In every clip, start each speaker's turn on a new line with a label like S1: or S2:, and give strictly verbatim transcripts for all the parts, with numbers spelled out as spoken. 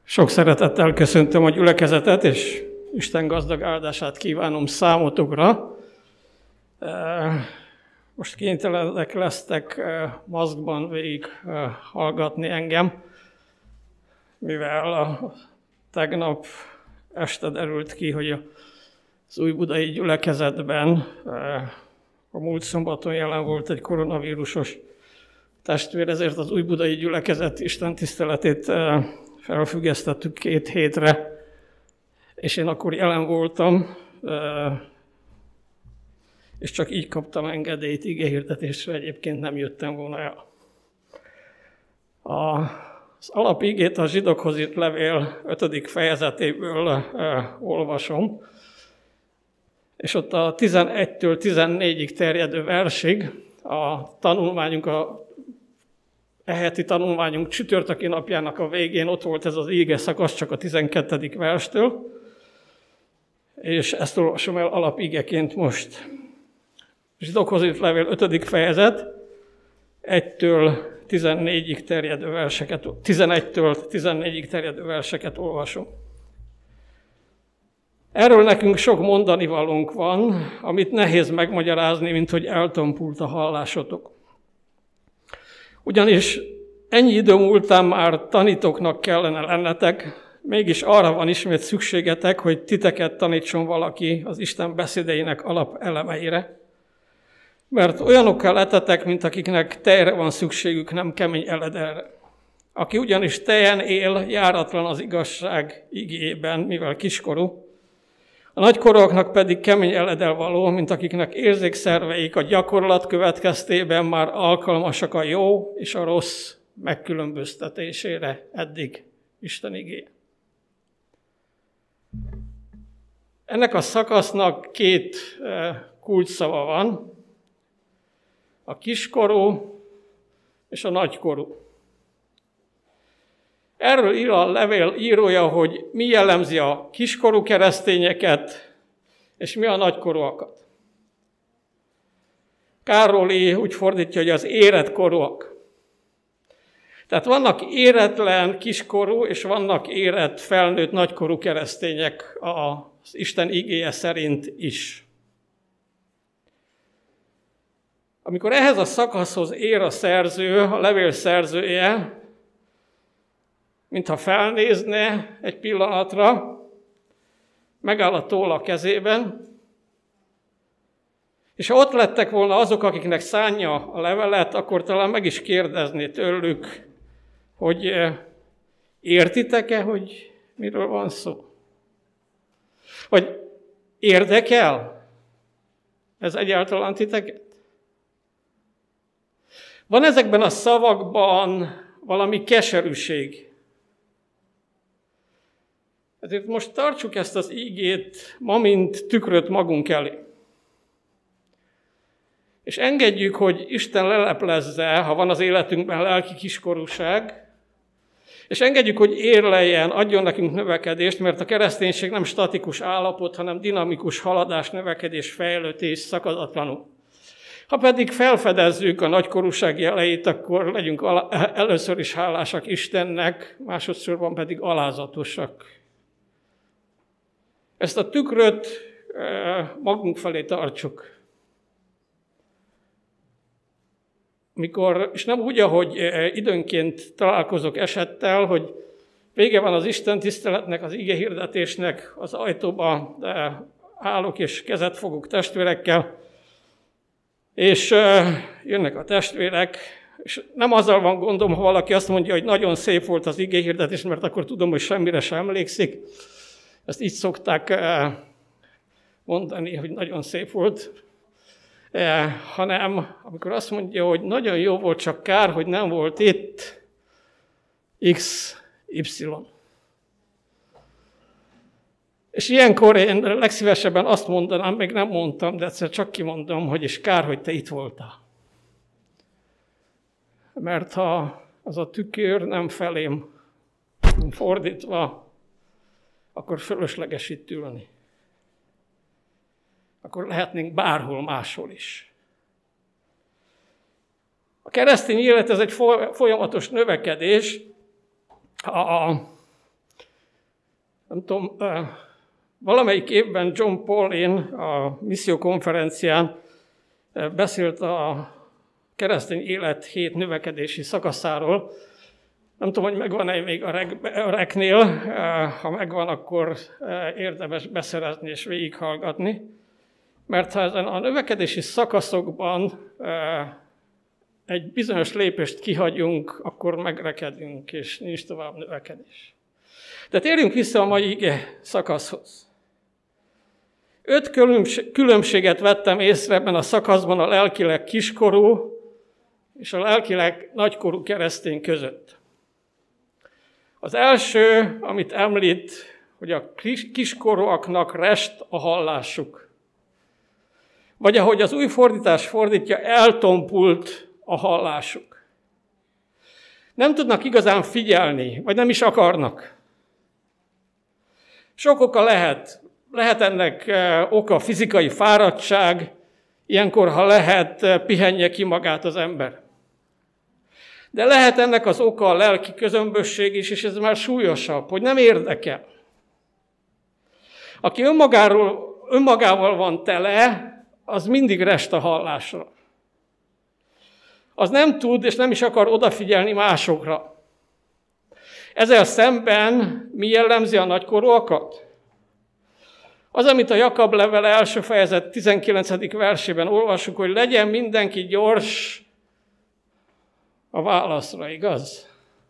S1: Sok szeretettel köszöntöm a gyülekezetet, és Isten gazdag áldását kívánom számotokra. Most kénytelenek lesztek maszkban végig hallgatni engem, mivel a tegnap este derült ki, hogy az újbudai gyülekezetben a múlt szombaton jelen volt egy koronavírusos testvér, ezért az újbudai gyülekezet istentiszteletét felfüggesztettük két hétre, és én akkor jelen voltam, és csak így kaptam engedélyt igehirdetésre, egyébként nem jöttem volna el. Az alapigét a Zsidókhoz írt levél ötödik fejezetéből olvasom, és ott a tizenegytől tizennégyig terjedő versig a tanulmányunk, a E heti tanulmányunk csütörtöki napjának a végén ott volt ez az íge szakasz, csak a tizenkettedik verstől, és ezt olvasom el alapígeként most. Zsidókhoz írt levél ötödik fejezet, egytől tizennégyig terjedő verseket, tizenegytől tizennégyig terjedő verseket olvasom. Erről nekünk sok mondanivalónk van, amit nehéz megmagyarázni, mint hogy eltompult a hallásotok. Ugyanis ennyi idő múltán már tanítoknak kellene lennetek, mégis arra van ismét szükségetek, hogy titeket tanítson valaki az Isten beszédeinek alapelemeire, mert olyanokká lettetek, mint akiknek tejre van szükségük, nem kemény eledelre. Aki ugyanis tejen él, járatlan az igazság igéjében, mivel kiskorú, a nagykorúaknak pedig kemény eledel való, mint akiknek érzékszerveik a gyakorlat következtében már alkalmasak a jó és a rossz megkülönböztetésére eddig Isten igéje. Ennek a szakasznak két kulcsszava van, a kiskorú és a nagykorú. Erről ír a levél írója, hogy mi jellemzi a kiskorú keresztényeket, és mi a nagykorúakat. Károli úgy fordítja, hogy az érett korúak. Tehát vannak éretlen kiskorú, és vannak érett, felnőtt, nagykorú keresztények az Isten igéje szerint is. Amikor ehhez a szakaszhoz ér a szerző, a levél szerzője, mintha felnézne egy pillanatra, megáll a toll a kezében, és ha ott lettek volna azok, akiknek szánja a levelet, akkor talán meg is kérdezné tőlük, hogy értitek-e, hogy miről van szó? Vagy érdekel ez egyáltalán titeket? Van ezekben a szavakban valami keserűség. Ezért most tartsuk ezt az ígét ma, mint tükröt magunk elé. És engedjük, hogy Isten leleplezze, ha van az életünkben lelki kiskorúság, és engedjük, hogy érleljen, adjon nekünk növekedést, mert a kereszténység nem statikus állapot, hanem dinamikus haladás, növekedés, fejlődés szakazatlanul. Ha pedig felfedezzük a nagykorúság jeleit, akkor legyünk először is hálásak Istennek, másodszorban pedig alázatosak. Ezt a tükröt magunk felé tartsuk. Mikor, és nem úgy, ahogy időnként találkozok esettel, hogy vége van az Isten tiszteletnek, az ige hirdetésnek, az ajtóba állok és kezet fogok testvérekkel, és jönnek a testvérek, és nem azzal van gondom, ha valaki azt mondja, hogy nagyon szép volt az ige hirdetés, mert akkor tudom, hogy semmire sem emlékszik. Ezt így szokták mondani, hogy nagyon szép volt, hanem amikor azt mondja, hogy nagyon jó volt, csak kár, hogy nem volt itt X, Y. És ilyenkor én legszívesebben azt mondanám, még nem mondtam, de egyszer csak kimondom, hogy és kár, hogy te itt voltál. Mert ha az a tükör nem felém fordítva, akkor fölösleges itt ülni. Akkor lehetnénk bárhol máshol is. A keresztény élet ez egy folyamatos növekedés. A Nem tudom, valamelyik évben John Paulin a missziókonferencián beszélt a keresztény élet hét növekedési szakaszáról. Nem tudom, hogy megvan-e még a reknél, ha megvan, akkor érdemes beszerezni és végighallgatni. Mert ha ezen a növekedési szakaszokban egy bizonyos lépést kihagyunk, akkor megrekedünk, és nincs tovább növekedés. De térjünk vissza a mai ige szakaszhoz. Öt különbséget vettem észre ebben a szakaszban a lelkileg kiskorú és a lelkileg nagykorú keresztény között. Az első, amit említ, hogy a kiskorúaknak rest a hallásuk. Vagy ahogy az új fordítás fordítja, eltompult a hallásuk. Nem tudnak igazán figyelni, vagy nem is akarnak. Sok oka lehet. Lehet ennek oka fizikai fáradtság, ilyenkor, ha lehet, pihenje ki magát az ember. De lehet ennek az oka a lelki közömbösség is, és ez már súlyosabb, hogy nem érdekel. Aki önmagáról, önmagával van tele, az mindig rest a hallásra. Az nem tud, és nem is akar odafigyelni másokra. Ezzel szemben mi jellemzi a nagykorúakat? Az, amit a Jakab levele első fejezet tizenkilencedik versében olvasunk, hogy legyen mindenki gyors a válaszra, igaz?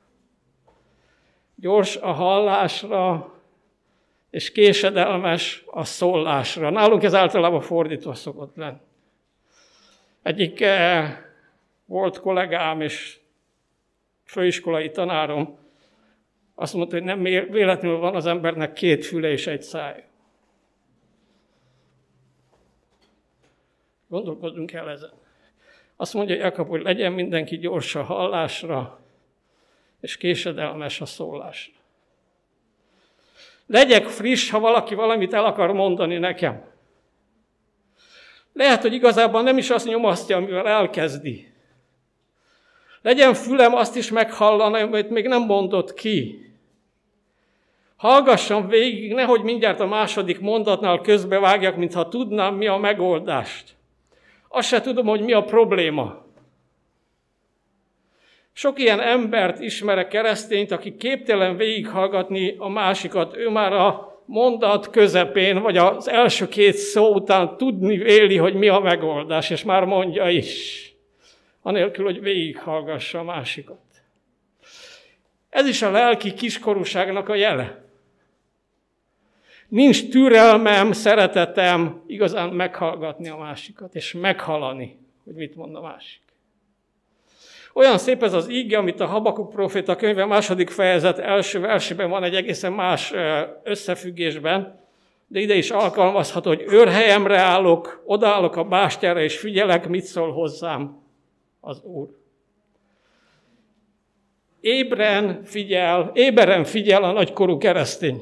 S1: Gyors a hallásra, és késedelmes a szólásra. Nálunk ez általában fordítva szokott lenni. Egyik eh, volt kollégám és főiskolai tanárom azt mondta, hogy nem véletlenül van az embernek két füle és egy száj. Gondolkodjunk el ezen. Azt mondja Jakab, hogy legyen mindenki gyors a hallásra, és késedelmes a szólásra. Legyek friss, ha valaki valamit el akar mondani nekem. Lehet, hogy igazából nem is azt nyomasztja, amivel elkezdi. Legyen fülem azt is meghallani, amit még nem mondott ki. Hallgassam végig, nehogy mindjárt a második mondatnál közbevágjak, mintha tudnám, mi a megoldást. Azt se tudom, hogy mi a probléma. Sok ilyen embert ismerek keresztényt, aki képtelen végighallgatni a másikat. Ő már a mondat közepén, vagy az első két szó után tudni véli, hogy mi a megoldás, és már mondja is, anélkül, hogy végighallgassa a másikat. Ez is a lelki kiskorúságnak a jele. Nincs türelmem, szeretetem igazán meghallgatni a másikat, és meghallani, hogy mit mond a másik. Olyan szép ez az íge, amit a Habakuk próféta könyve második fejezet első versében van egy egészen más összefüggésben, de ide is alkalmazható, hogy őrhelyemre állok, odaállok a bástyára, és figyelek, mit szól hozzám az Úr. Ébren figyel, éberen figyel a nagykorú keresztény.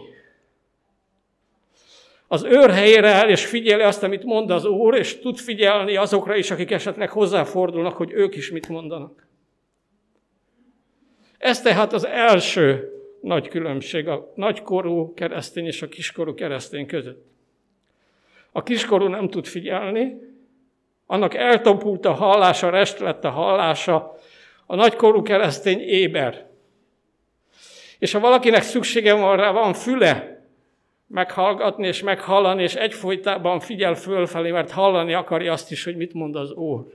S1: Az őrhelyére áll, és figyeli azt, amit mond az Úr, és tud figyelni azokra is, akik esetleg hozzáfordulnak, hogy ők is mit mondanak. Ez tehát az első nagy különbség a nagykorú keresztény és a kiskorú keresztény között. A kiskorú nem tud figyelni, annak eltompult a hallása, rest lett a hallása, a nagykorú keresztény éber. És ha valakinek szüksége van rá, van füle, meghallgatni és meghallani, és egyfolytában figyel fölfelé, mert hallani akarja azt is, hogy mit mond az Úr.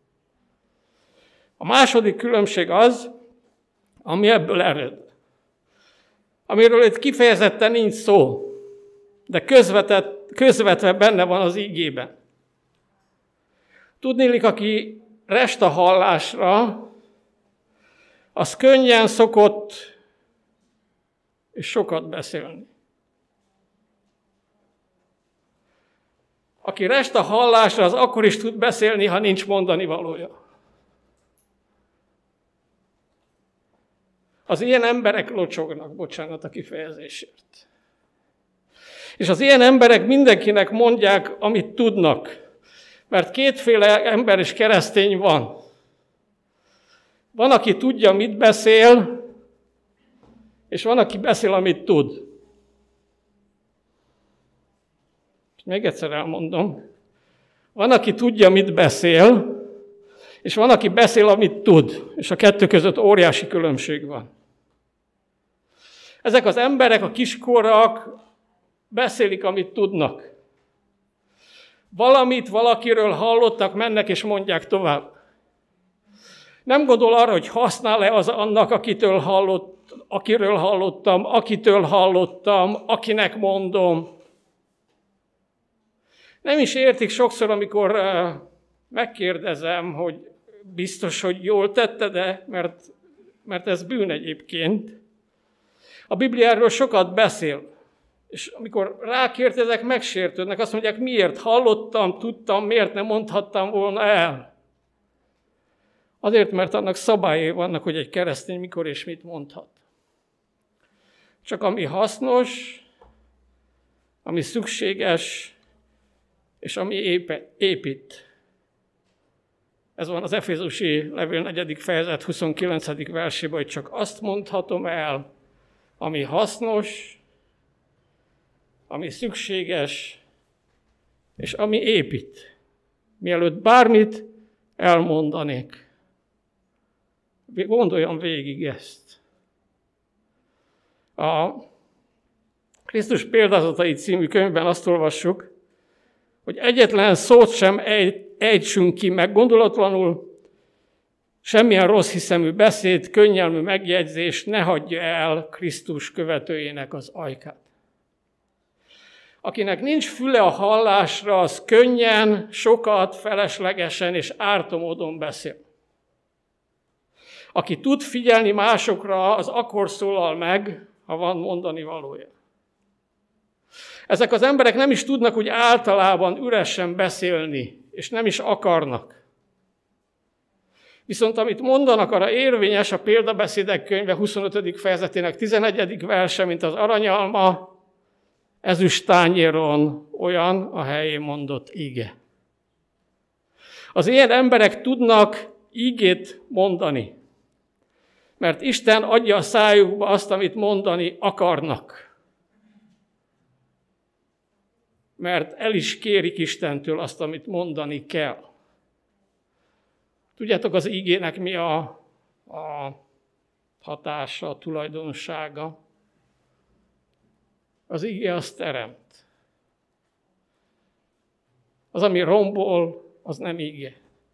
S1: A második különbség az, ami ebből ered. Amiről itt kifejezetten nincs szó, de közvetett, közvetve benne van az ígében. Tudnélik, aki rest a hallásra, az könnyen szokott és sokat beszélni. Aki rest a hallásra, az akkor is tud beszélni, ha nincs mondani valója. Az ilyen emberek locsognak, bocsánat a kifejezésért. És az ilyen emberek mindenkinek mondják, amit tudnak. Mert kétféle ember és keresztény van. Van, aki tudja, mit beszél, és van, aki beszél, amit tud. még egyszer elmondom. Van, aki tudja, mit beszél, és van, aki beszél, amit tud. És a kettő között óriási különbség van. Ezek az emberek, a kiskorrak beszélik, amit tudnak. Valamit valakiről hallottak, mennek és mondják tovább. Nem gondol arra, hogy használ-e az annak, akitől, hallott, akiről hallottam, akitől hallottam, akinek mondom. Nem is értik sokszor, amikor megkérdezem, hogy biztos, hogy jól tetted-e, mert, mert ez bűn egyébként. A Biblia erről sokat beszél. És amikor rákérdezek, megsértődnek, azt mondják, miért hallottam, tudtam, miért nem mondhattam volna el. Azért, mert annak szabályai vannak, hogy egy keresztény mikor és mit mondhat. Csak ami hasznos, ami szükséges, és ami épít. Ez van az Efézusi levél negyedik fejezet huszonkilencedik versében, hogy csak azt mondhatom el, ami hasznos, ami szükséges, és ami épít. Mielőtt bármit elmondanék. Gondoljam végig ezt. A Krisztus példázatai című könyvben azt olvassuk, hogy egyetlen szót sem ejtsünk ki meggondolatlanul, semmilyen rossz hiszemű beszéd, könnyelmű megjegyzés ne hagyja el Krisztus követőjének az ajkát. Akinek nincs füle a hallásra, az könnyen, sokat, feleslegesen és ártó módon beszél. Aki tud figyelni másokra, az akkor szólal meg, ha van mondani valója. Ezek az emberek nem is tudnak úgy általában üresen beszélni, és nem is akarnak. Viszont amit mondanak, arra érvényes a példabeszédek könyve huszonötödik fejezetének tizenegyedik verse, mint az aranyalma, ezüst tányéron olyan a helyén mondott ige. Az ilyen emberek tudnak ígét mondani, mert Isten adja a szájukba azt, amit mondani akarnak. Mert el is kérik Istentől azt, amit mondani kell. Tudjátok, az ígének mi a, a hatása, a tulajdonsága? Az íge az teremt. Az, ami rombol, az nem íge.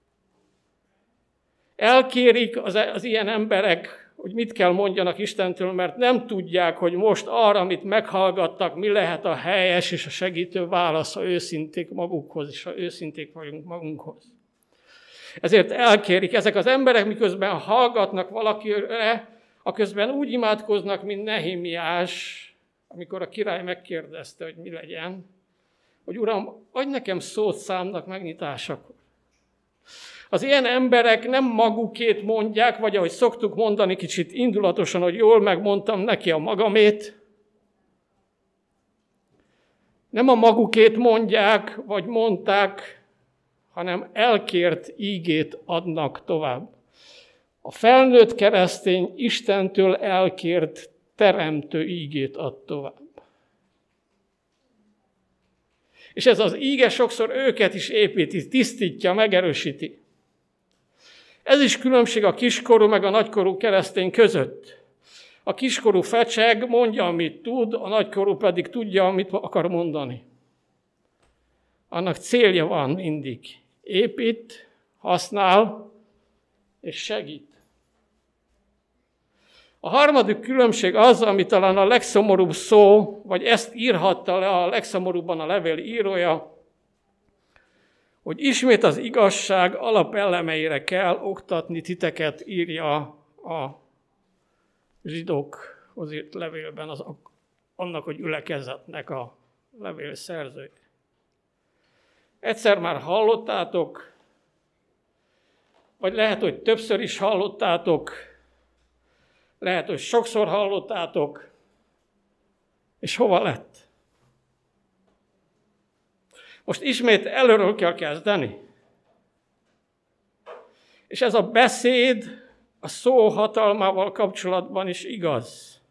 S1: Elkérik az, az ilyen emberek, hogy mit kell mondjanak Istentől, mert nem tudják, hogy most arra, amit meghallgattak, mi lehet a helyes és a segítő válasz, ha őszinték magukhoz, és ha őszinték vagyunk magunkhoz. Ezért elkérik. Ezek az emberek, miközben hallgatnak valakire, aközben úgy imádkoznak, mint Nehémiás, amikor a király megkérdezte, hogy mi legyen, hogy Uram, adj nekem szót számnak megnyitásakor. Az ilyen emberek nem magukét mondják, vagy ahogy szoktuk mondani kicsit indulatosan, hogy jól megmondtam neki a magamét. Nem a magukét mondják, vagy mondták, hanem elkért ígét adnak tovább. A felnőtt keresztény Istentől elkért teremtő ígét ad tovább. És ez az íge sokszor őket is építi, tisztítja, megerősíti. Ez is különbség a kiskorú meg a nagykorú keresztény között. A kiskorú fecseg, mondja, amit tud, a nagykorú pedig tudja, amit akar mondani. Annak célja van mindig. Épít, használ és segít. A harmadik különbség az, ami talán a legszomorúbb szó, vagy ezt írhatta le a legszomorúbban a levél írója, hogy ismét az igazság alapelemeire kell oktatni titeket, írja a zsidókhoz írt levélben az, annak, hogy ülekezetnek a levél szerzője. Egyszer már hallottátok, vagy lehet, hogy többször is hallottátok, lehet, hogy sokszor hallottátok, és hova lett? Most ismét előről kell kezdeni. És ez a beszéd a szó hatalmával kapcsolatban is igaz.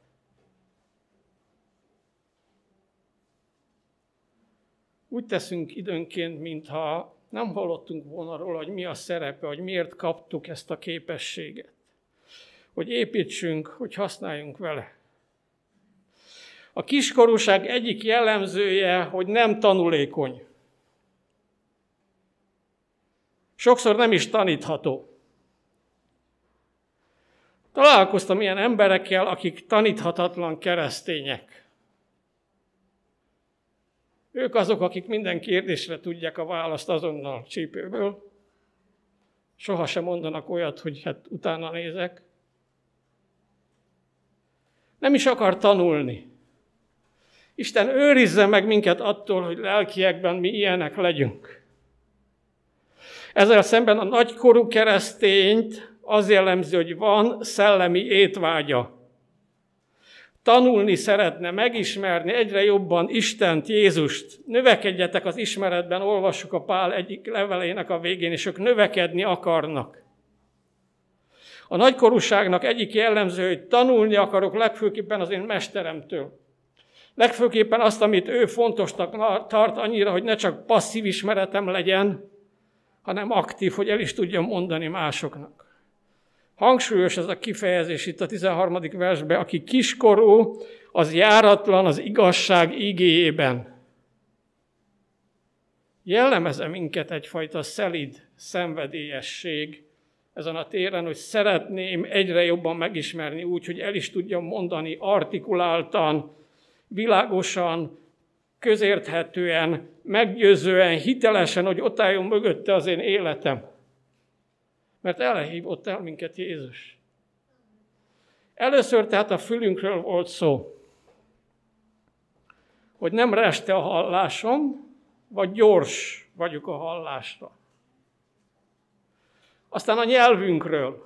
S1: Úgy teszünk időnként, mintha nem hallottunk volna róla, hogy mi a szerepe, hogy miért kaptuk ezt a képességet. Hogy építsünk, hogy használjunk vele. A kiskorúság egyik jellemzője, hogy nem tanulékony. Sokszor nem is tanítható. Találkoztam ilyen emberekkel, akik taníthatatlan keresztények. Ők azok, akik minden kérdésre tudják a választ azonnal csípőből. Soha sem mondanak olyat, hogy hát utána nézek. Nem is akar tanulni. Isten őrizze meg minket attól, hogy lelkiekben mi ilyenek legyünk. Ezzel szemben a nagykorú keresztényt az jellemzi, hogy van szellemi étvágya. Tanulni szeretne, megismerni egyre jobban Istent, Jézust. Növekedjetek az ismeretben, olvassuk a Pál egyik levelének a végén, és ők növekedni akarnak. A nagykorúságnak egyik jellemző, hogy tanulni akarok legfőképpen az én mesteremtől. Legfőképpen azt, amit ő fontosnak tart annyira, hogy ne csak passzív ismeretem legyen, hanem aktív, hogy el is tudjam mondani másoknak. Hangsúlyos ez a kifejezés itt a tizenharmadik versben, aki kiskorú, az járatlan az igazság igéjében. Jellemez-e minket egyfajta szelíd szenvedélyesség ezen a téren, hogy szeretném egyre jobban megismerni úgy, hogy el is tudjam mondani artikuláltan, világosan, közérthetően, meggyőzően, hitelesen, hogy ott álljon mögötte az én életem. Mert elhívott el minket Jézus. Először tehát a fülünkről volt szó, hogy nem reste a hallásom, vagy gyors vagyok a hallásra. Aztán a nyelvünkről,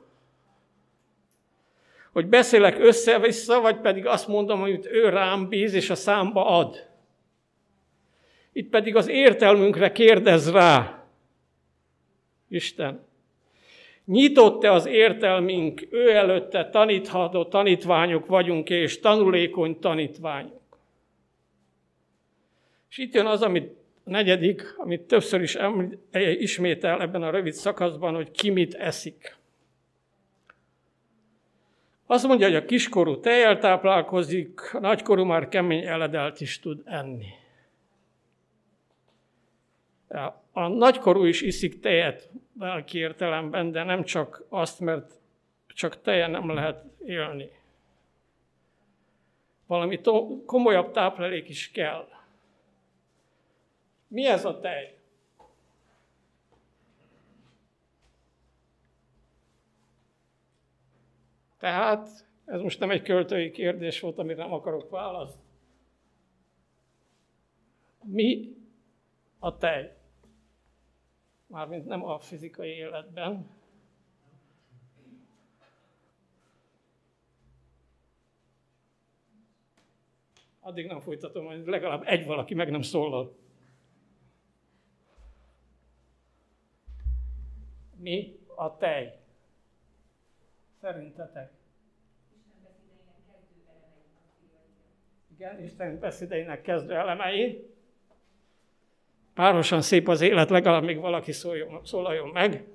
S1: hogy beszélek össze-vissza, vagy pedig azt mondom, amit ő rám bíz, és a számba ad. Itt pedig az értelmünkre kérdez rá Isten. Nyitott-e az értelmünk, ő előtte tanítható tanítványok vagyunk, és tanulékony tanítványok. És itt jön az, amit a negyedik, amit többször is említ, ismétel ebben a rövid szakaszban, hogy ki mit eszik. Azt mondja, hogy a kiskorú tejjel táplálkozik, a nagykorú már kemény eledelt is tud enni. A nagykorú is iszik tejet lelki értelemben, de nem csak azt, mert csak tejen nem lehet élni. Valami to- komolyabb táplálék is kell. Mi ez a tej? Tehát ez most nem egy költői kérdés volt, amire nem akarok választ. Mi a tej? Mármint nem a fizikai életben. Addig nem folytatom, hogy legalább egy valaki meg nem szólal. Mi a tej? Szerintetek? Igen, Isten beszédeinek kezdő elemei. Párosan szép az élet, legalább még valaki szóljon, szólaljon meg.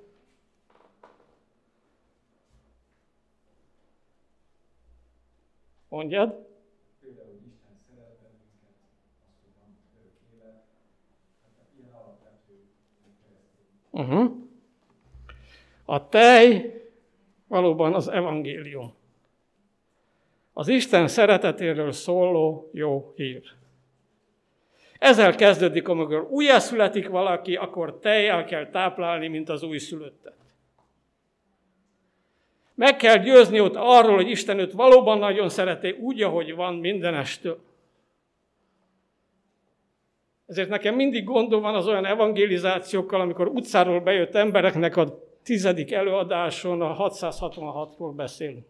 S1: Mondjad.
S2: Például, hogy Isten szeret bennünket, azt, hogy van örök élet, hát ilyen alapvető keresztény.
S1: Uh-huh. A tej valóban az evangélium. Az Isten szeretetéről szóló jó hír. Ezzel kezdődik, amikor újjászületik valaki, akkor tejjel kell táplálni, mint az újszülöttet. Meg kell győzni ott arról, hogy Isten őt valóban nagyon szereti, úgy, ahogy van mindenestől. Ezért nekem mindig gondom van az olyan evangelizációkkal, amikor utcáról bejött embereknek a tizedik előadáson a hatszázhatvanhatról beszélünk.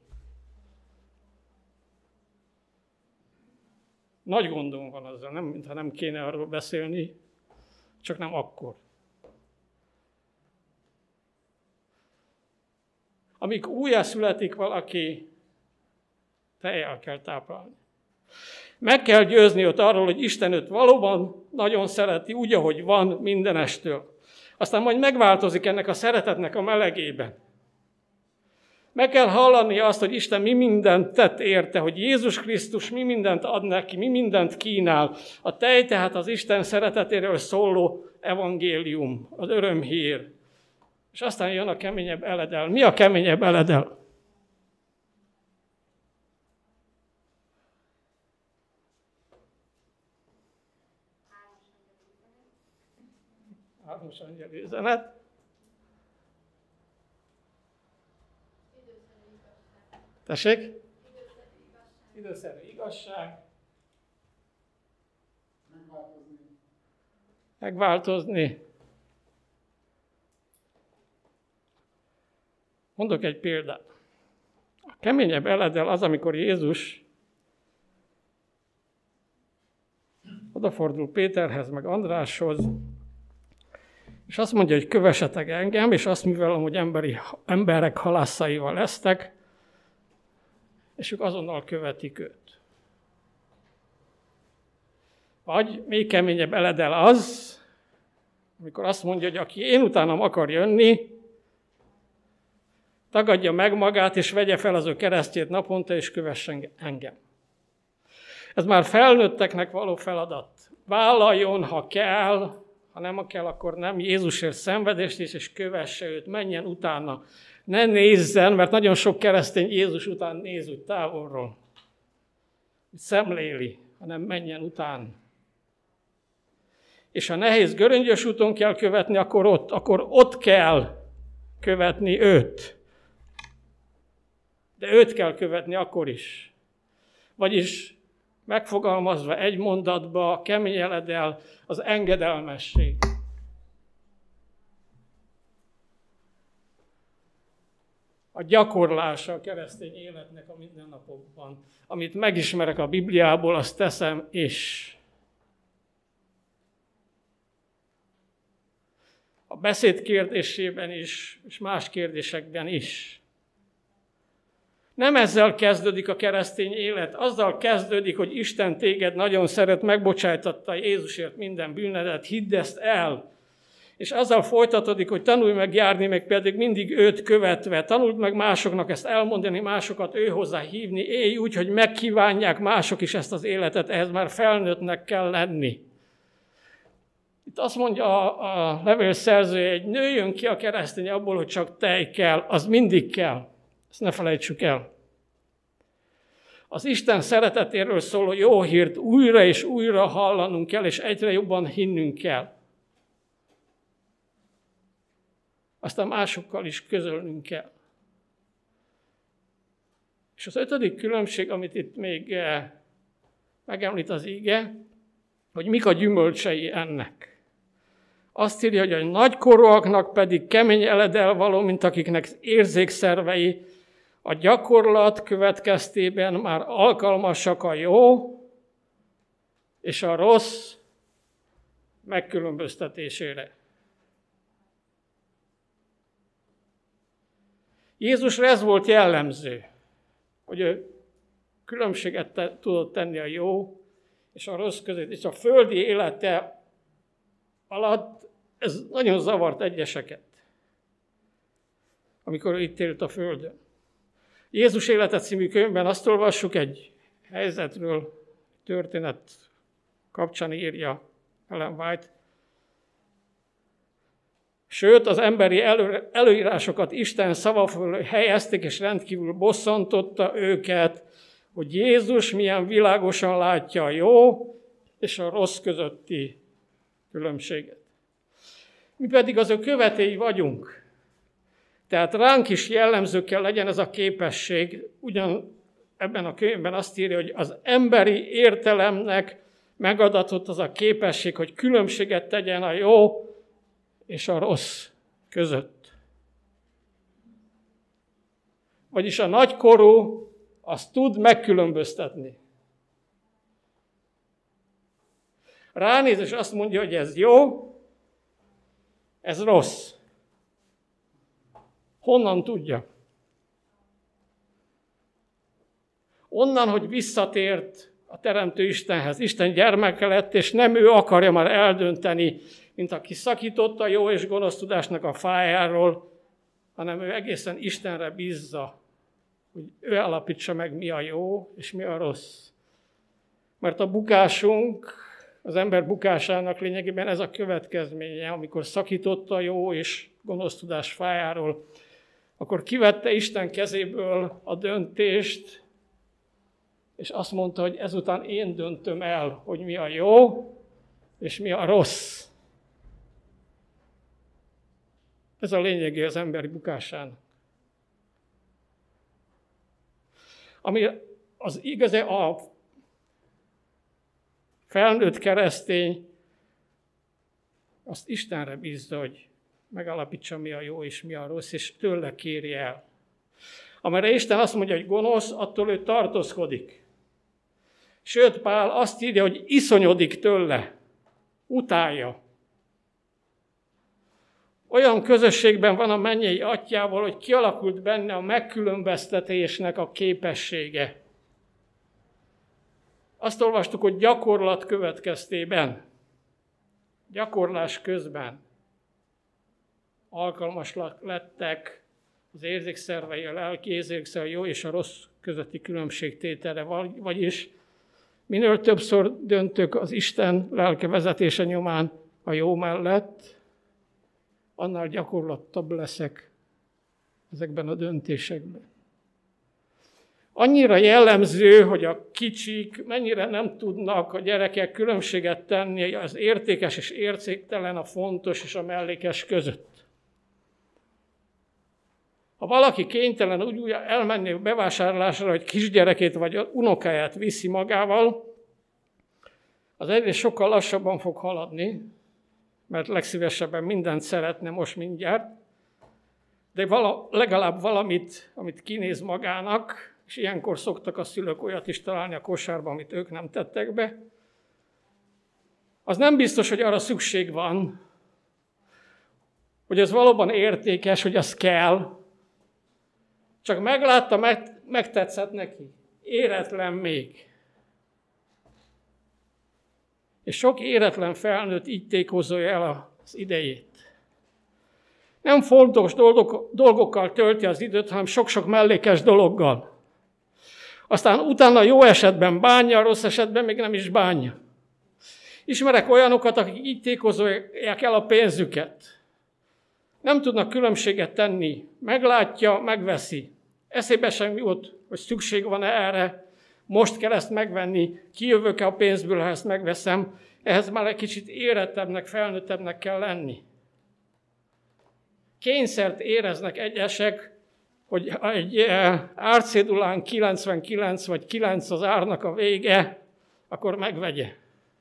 S1: Nagy gondom van azzal, nem, mintha nem kéne arról beszélni, csak nem akkor. Amíg újjászületik valaki, tejjel kell táplálni. Meg kell győzni őt arról, hogy Isten őt valóban nagyon szereti, úgy, ahogy van mindenestől. Aztán majd megváltozik ennek a szeretetnek a melegében. Meg kell hallani azt, hogy Isten mi mindent tett érte, hogy Jézus Krisztus mi mindent ad neki, mi mindent kínál. A tej tehát az Isten szeretetéről szóló evangélium, az örömhír. És aztán jön a keményebb eledel. Mi a keményebb eledel? Hármas angyali üzenet. Tessék? Időszerű igazság.
S2: Megváltozni.
S1: Megváltozni. Mondok egy példát. A keményebb eledel az, amikor Jézus odafordul Péterhez, meg Andráshoz, és azt mondja, hogy kövessetek engem, és azt művelem, hogy emberi, emberek halászaival lesztek, és ők azonnal követik őt. Vagy még keményebb eledel az, amikor azt mondja, hogy aki én utánam akar jönni, tagadja meg magát, és vegye fel az ő keresztjét naponta, és kövessen engem. Ez már felnőtteknek való feladat. Vállaljon, ha kell, ha nem kell, akkor nem. Jézusért szenvedést is, és kövesse őt, menjen utána. Ne nézzen, mert nagyon sok keresztény Jézus után néz úgy távolról. Szemléli, hanem menjen után. És ha nehéz göröngyös úton kell követni, akkor ott, akkor ott kell követni őt. De őt kell követni akkor is. Vagyis megfogalmazva egy mondatba, kemény eledel az engedelmesség. A gyakorlása a keresztény életnek a mindennapokban. Amit megismerek a Bibliából, azt teszem is. A beszéd kérdésében is, és más kérdésekben is. Nem ezzel kezdődik a keresztény élet, azzal kezdődik, hogy Isten téged nagyon szeret, megbocsájtatta Jézusért minden bűnedet, hidd ezt el. És azzal folytatódik, hogy tanulj meg járni, meg pedig mindig őt követve. Tanuld meg másoknak ezt elmondani, másokat ő hozzá hívni. Élj úgy, hogy megkívánják mások is ezt az életet, ehhez már felnőttnek kell lenni. Itt azt mondja a, a levél szerzője, hogy nőjön ki a keresztény abból, hogy csak tej kell, az mindig kell. Ezt ne felejtsük el. Az Isten szeretetéről szóló jó hírt újra és újra hallanunk kell, és egyre jobban hinnünk kell. Aztán másokkal is közölnünk kell. És az ötödik különbség, amit itt még megemlít az íge, hogy mik a gyümölcsei ennek. Azt írja, hogy a nagykorúaknak pedig kemény eledel való, mint akiknek érzékszervei a gyakorlat következtében már alkalmasak a jó és a rossz megkülönböztetésére. Jézusra ez volt jellemző, hogy ő különbséget te, tudott tenni a jó és a rossz között, és a földi élete alatt ez nagyon zavart egyeseket, amikor ő itt élt a földön. Jézus élete című könyvben azt olvassuk, egy helyzetről, történet kapcsán írja Ellen White. Sőt, az emberi elő, előírásokat Isten szava fölé helyezték, és rendkívül bosszantotta őket, hogy Jézus milyen világosan látja a jó és a rossz közötti különbséget. Mi pedig az ő követői vagyunk. Tehát ránk is jellemző kell legyen ez a képesség. Ugyan ebben a könyvben azt írja, hogy az emberi értelemnek megadatott az a képesség, hogy különbséget tegyen a jó és a rossz között. Vagyis a nagykorú azt tud megkülönböztetni. Ránéz, és azt mondja, hogy ez jó, ez rossz. Honnan tudja? Onnan, hogy visszatért a Teremtő Istenhez. Isten gyermeke lett, és nem ő akarja már eldönteni, mint aki szakította a jó és gonosz tudásnak a fájáról, hanem ő egészen Istenre bízza, hogy ő alapítsa meg, mi a jó és mi a rossz. Mert a bukásunk, az ember bukásának lényegében ez a következménye, amikor szakította a jó és gonosz tudás fájáról, akkor kivette Isten kezéből a döntést, és azt mondta, hogy ezután én döntöm el, hogy mi a jó és mi a rossz. Ez a lényege az emberi bukásának. Ami az igazi, a felnőtt keresztény azt Istenre bízza, hogy megalapítsa, mi a jó és mi a rossz, és tőle kéri el. Amire Isten azt mondja, hogy gonosz, attól ő tartózkodik. Sőt, Pál azt írja, hogy iszonyodik tőle, utálja. Olyan közösségben van a mennyei atyával, hogy kialakult benne a megkülönböztetésnek a képessége. Azt olvastuk, hogy gyakorlat következtében, gyakorlás közben alkalmas lettek az érzékszervei, a lelki érzékszervei, a jó és a rossz közötti különbségtételre, vagyis minél többször döntök az Isten lelke vezetése nyomán a jó mellett, annál gyakorlatabb leszek ezekben a döntésekben. Annyira jellemző, hogy a kicsik mennyire nem tudnak a gyerekek különbséget tenni az értékes és értéktelen, a fontos és a mellékes között. Ha valaki kénytelen úgy elmenni bevásárlásra, hogy kisgyerekét vagy unokáját viszi magával, az egyrészt sokkal lassabban fog haladni, mert legszívesebben mindent szeretne most mindjárt, de vala, legalább valamit, amit kinéz magának, és ilyenkor szoktak a szülők olyat is találni a kosárban, amit ők nem tettek be, az nem biztos, hogy arra szükség van, hogy ez valóban értékes, hogy az kell, csak meglátta, meg, megtetszett neki. Éretlen még. És sok éretlen felnőtt így tékozolja el az idejét. Nem fontos dolgok, dolgokkal tölti az időt, hanem sok-sok mellékes dologgal. Aztán utána jó esetben bánja, rossz esetben még nem is bánja. Ismerek olyanokat, akik így tékozolják el a pénzüket. Nem tudnak különbséget tenni. Meglátja, megveszi. Eszébe sem jut, hogy szükség van erre, most kell ezt megvenni, kijövök-e a pénzből, ha ezt megveszem. Ehhez már egy kicsit érettebbnek, felnőttebbnek kell lenni. Kényszert éreznek egyesek, hogy egy árcédulán kilencvenkilenc vagy kilenc az árnak a vége, akkor megvegye.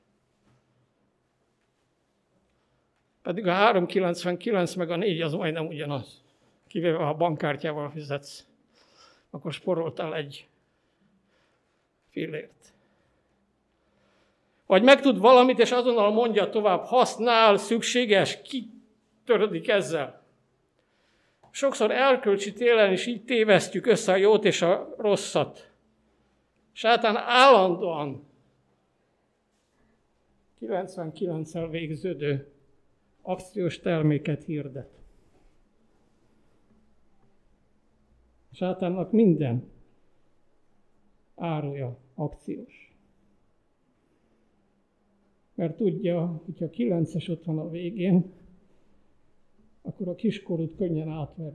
S1: Pedig a háromszázkilencvenkilenc meg a négy az majdnem ugyanaz. Kivéve, ha a bankkártyával fizetsz, akkor sporoltál egy fillért. Vagy megtud valamit, és azonnal mondja tovább, használ, szükséges, kitörődik ezzel. Sokszor erkölcsi téren is így tévesztjük össze a jót és a rosszat. Sátán állandóan kilencvenkilenccel végződő akciós terméket hirdet. Sátánnak minden áruja akciós. Mert tudja, hogyha kilences ott van a végén, akkor a kiskorút könnyen átveri.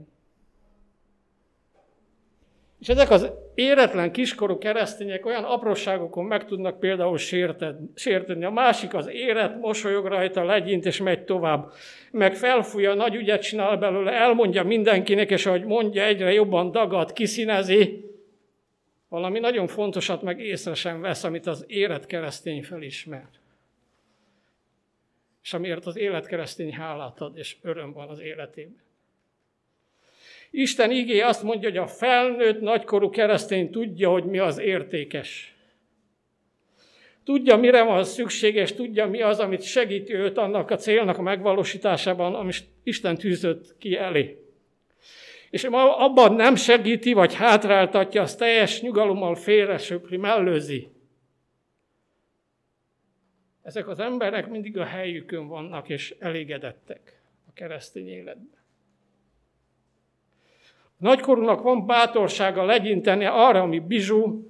S1: És ezek az éretlen kiskorú keresztények olyan apróságokon meg tudnak például sérteni. A másik az éret, mosolyog rajta, legyint és megy tovább. Meg felfújja, nagy ügyet csinál belőle, elmondja mindenkinek, és ahogy mondja, egyre jobban dagad, kiszínezi. Valami nagyon fontosat meg észre sem vesz, amit az éret keresztény felismer. És amiért az élet keresztény hálát ad, és öröm van az életében. Isten igéje azt mondja, hogy a felnőtt, nagykorú keresztény tudja, hogy mi az értékes. Tudja, mire van szükséges, tudja, mi az, amit segíti őt annak a célnak a megvalósításában, amit Isten tűzött ki elé. És abban nem segíti, vagy hátráltatja, az teljes nyugalommal félresöpri, mellőzi. Ezek az emberek mindig a helyükön vannak és elégedettek a keresztény életben. A nagykorúnak van bátorsága legyinteni arra, ami bizsú,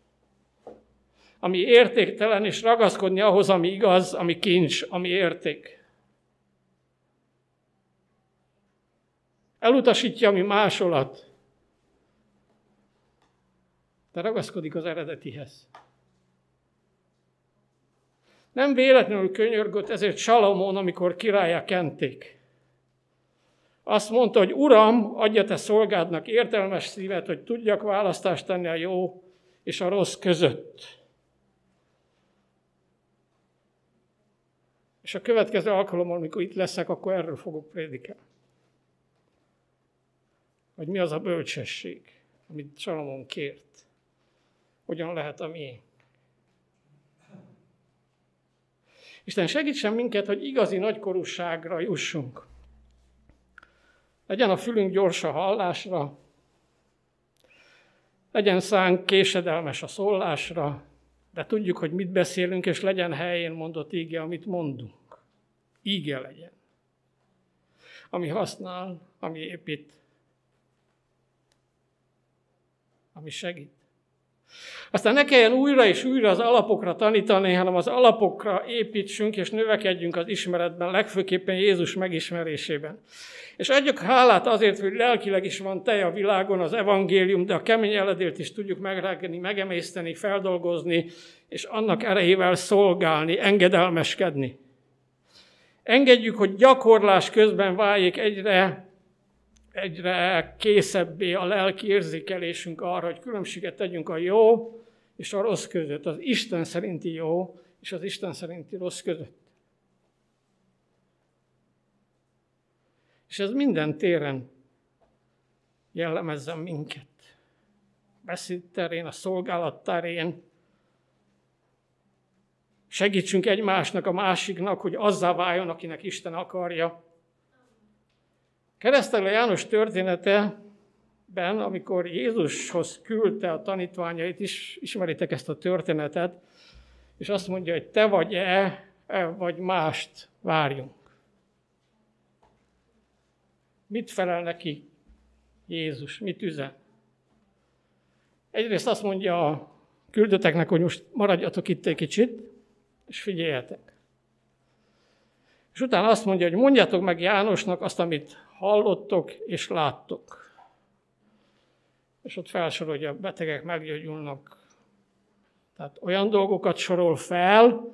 S1: ami értéktelen, és ragaszkodni ahhoz, ami igaz, ami kincs, ami érték. Elutasítja, ami másolat, de ragaszkodik az eredetihez. Nem véletlenül könyörgött ezért Salamón, amikor királlyá kenték. Azt mondta, hogy Uram, adja te szolgádnak értelmes szívet, hogy tudjak választást tenni a jó és a rossz között. És a következő alkalommal, amikor itt leszek, akkor erről fogok prédikálni. Hogy mi az a bölcsesség, amit Salamón kért. Hogyan lehet a miénk. Isten segítsen minket, hogy igazi nagykorúságra jussunk. Legyen a fülünk gyors a hallásra, legyen szánk késedelmes a szólásra, de tudjuk, hogy mit beszélünk, és legyen helyén mondott íge, amit mondunk. Íge legyen. Ami használ, ami épít, ami segít. Aztán ne kelljen újra és újra az alapokra tanítani, hanem az alapokra építsünk és növekedjünk az ismeretben, legfőképpen Jézus megismerésében. És adjuk hálát azért, hogy lelkileg is van tej a világon, az evangélium, de a kemény eledélt is tudjuk megrágni, megemészteni, feldolgozni, és annak erejével szolgálni, engedelmeskedni. Engedjük, hogy gyakorlás közben váljék egyre egyre készebbé a lelki érzékelésünk arra, hogy különbséget tegyünk a jó és a rossz között, az Isten szerinti jó és az Isten szerinti rossz között. És ez minden téren jellemezzen minket. Beszéd terén, a szolgálat terén. Segítsünk egymásnak, a másiknak, hogy azzá váljon, akinek Isten akarja. Keresztelő János történeteben, amikor Jézushoz küldte a tanítványait is, ismeritek ezt a történetet, és azt mondja, hogy te vagy-e, vagy mást várjunk. Mit felel neki Jézus? Mit üzen? Egyrészt azt mondja a küldötteknek, hogy most maradjatok itt egy kicsit, és figyeljetek. És utána azt mondja, hogy mondjátok meg Jánosnak azt, amit hallottok és láttok. És ott felsorolja, a betegek meggyógyulnak. Tehát olyan dolgokat sorol fel,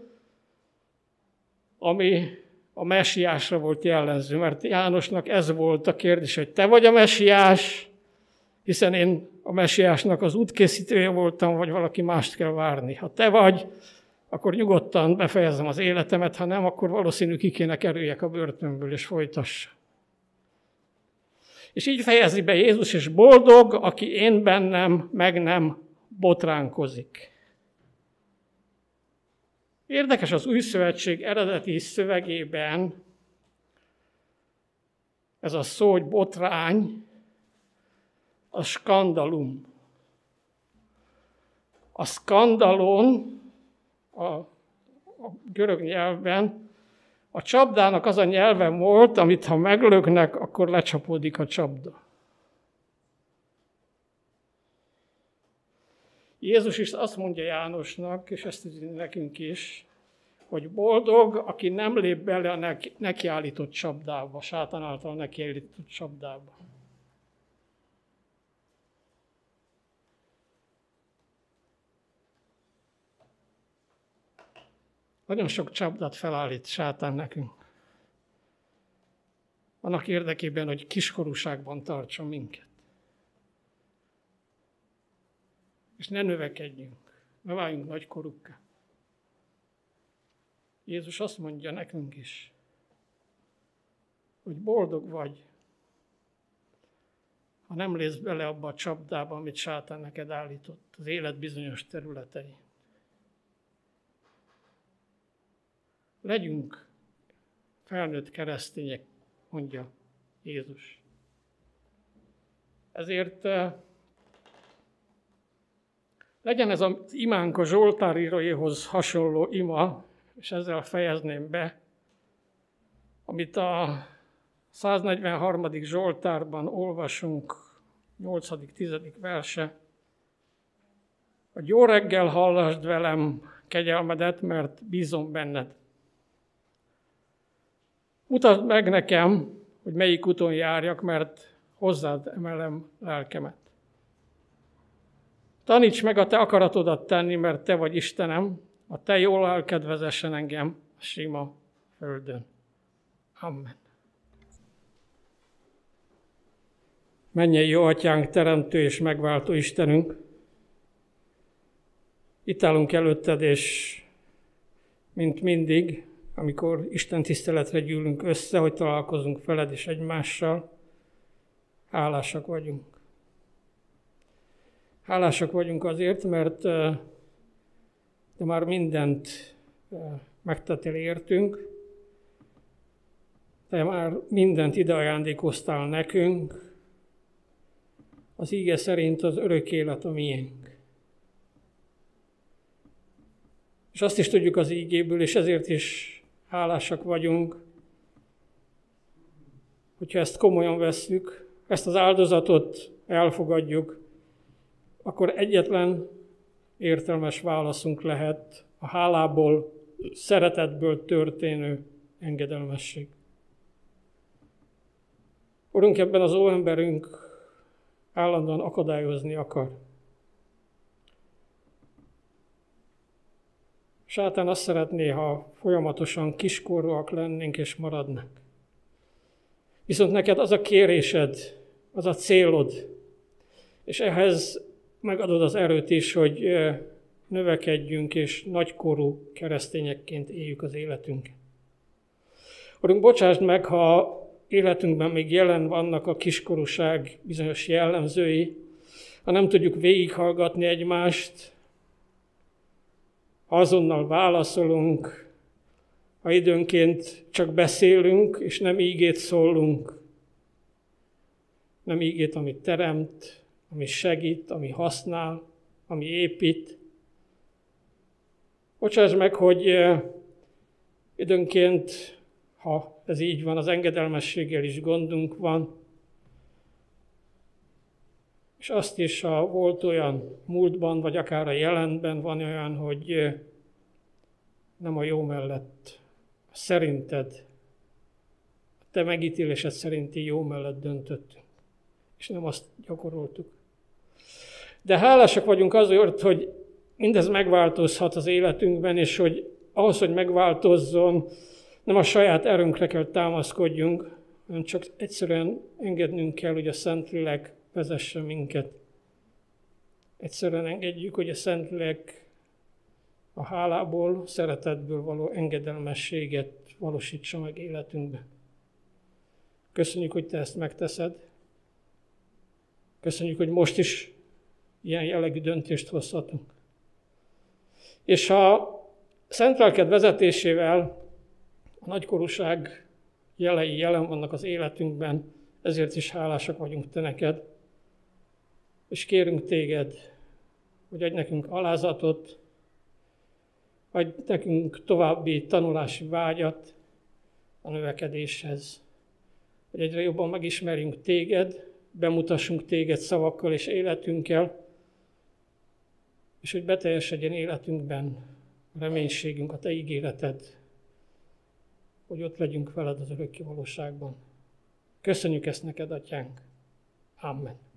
S1: ami a messiásra volt jellemző. Mert Jánosnak ez volt a kérdés, hogy te vagy a messiás, hiszen én a messiásnak az útkészítője voltam, vagy valaki mást kell várni. Ha te vagy, akkor nyugodtan befejezem az életemet, ha nem, akkor valószínű ki kéne kerüljek a börtönből, és folytassa. És így fejezi be Jézus, és boldog, aki én bennem meg nem botránkozik. Érdekes, az Új Szövetség eredeti szövegében ez a szó, hogy botrány, a skandalum. A skandalon, a, a görög nyelvben, a csapdának az a nyelve volt, amit ha meglöknek, akkor lecsapódik a csapda. Jézus is azt mondja Jánosnak, és ezt nekünk is, hogy boldog, aki nem lép bele a nekiállított csapdába, sátán által nekiállított csapdába. Nagyon sok csapdát felállít sátán nekünk. Annak érdekében, hogy kiskorúságban tartson minket. És ne növekedjünk, ne váljunk nagykorúkká. Jézus azt mondja nekünk is, hogy boldog vagy, ha nem lész bele abba a csapdába, amit sátán neked állított az élet bizonyos területein. Legyünk felnőtt keresztények, mondja Jézus. Ezért legyen ez az imánk a Zsoltár írójéhoz hasonló ima, és ezzel fejezném be, amit a száznegyvenharmadik Zsoltárban olvasunk, nyolcadik-tizedik verse, hogy jó reggel hallasd velem kegyelmedet, mert bízom benned. Mutasd meg nekem, hogy melyik úton járjak, mert hozzád emelem lelkemet. Taníts meg a te akaratodat tenni, mert te vagy Istenem, a te jó lelked vezessen engem a sima földön. Amen. Mennyei jó atyánk, teremtő és megváltó Istenünk, itt állunk előtted, és mint mindig, amikor Isten tiszteletre gyűlünk össze, hogy találkozunk veled és egymással, hálásak vagyunk. Hálásak vagyunk azért, mert te már mindent megtettél értünk, te már mindent ide ajándékoztál nekünk, az íge szerint az örök élet a miénk. És azt is tudjuk az ígéből, és ezért is hálásak vagyunk, hogyha ezt komolyan vesszük, ezt az áldozatot elfogadjuk, akkor egyetlen értelmes válaszunk lehet a hálából, szeretetből történő engedelmesség. Urunk, ebben az óemberünk állandóan akadályozni akar. Sátán azt szeretné, ha folyamatosan kiskorúak lennénk és maradnánk. Viszont neked az a kérésed, az a célod, és ehhez megadod az erőt is, hogy növekedjünk és nagykorú keresztényekként éljük az életünket. Urunk, bocsásd meg, ha életünkben még jelen vannak a kiskorúság bizonyos jellemzői, ha nem tudjuk végighallgatni egymást, ha azonnal válaszolunk, ha időnként csak beszélünk, és nem ígét szólunk, nem ígét, amit teremt, ami segít, ami használ, ami épít. Bocsáss meg, hogy időnként, ha ez így van, az engedelmességgel is gondunk van, és azt is, ha volt olyan múltban, vagy akár a jelenben van olyan, hogy nem a jó mellett, szerinted, a te megítélésed szerinti jó mellett döntöttünk, és nem azt gyakoroltuk. De hálásak vagyunk azért, hogy mindez megváltozhat az életünkben, és hogy ahhoz, hogy megváltozzon, nem a saját erőnkre kell támaszkodjunk, hanem csak egyszerűen engednünk kell, hogy a Szentlélek vezesse minket. Egyszerűen engedjük, hogy a Szentlélek a hálából, szeretetből való engedelmességet valósítsa meg életünkbe. Köszönjük, hogy te ezt megteszed. Köszönjük, hogy most is ilyen jellegű döntést hozhatunk. És ha Szent Lelked vezetésével a nagykorúság jelei jelen vannak az életünkben, ezért is hálásak vagyunk te neked, és kérünk téged, hogy adj nekünk alázatot, adj nekünk további tanulási vágyat a növekedéshez, hogy egyre jobban megismerjünk téged, bemutassunk téged szavakkal és életünkkel, és hogy beteljesedjen életünkben a reménységünk, a te ígéreted, hogy ott legyünk veled az örökké valóságban. Köszönjük ezt neked, atyánk. Amen.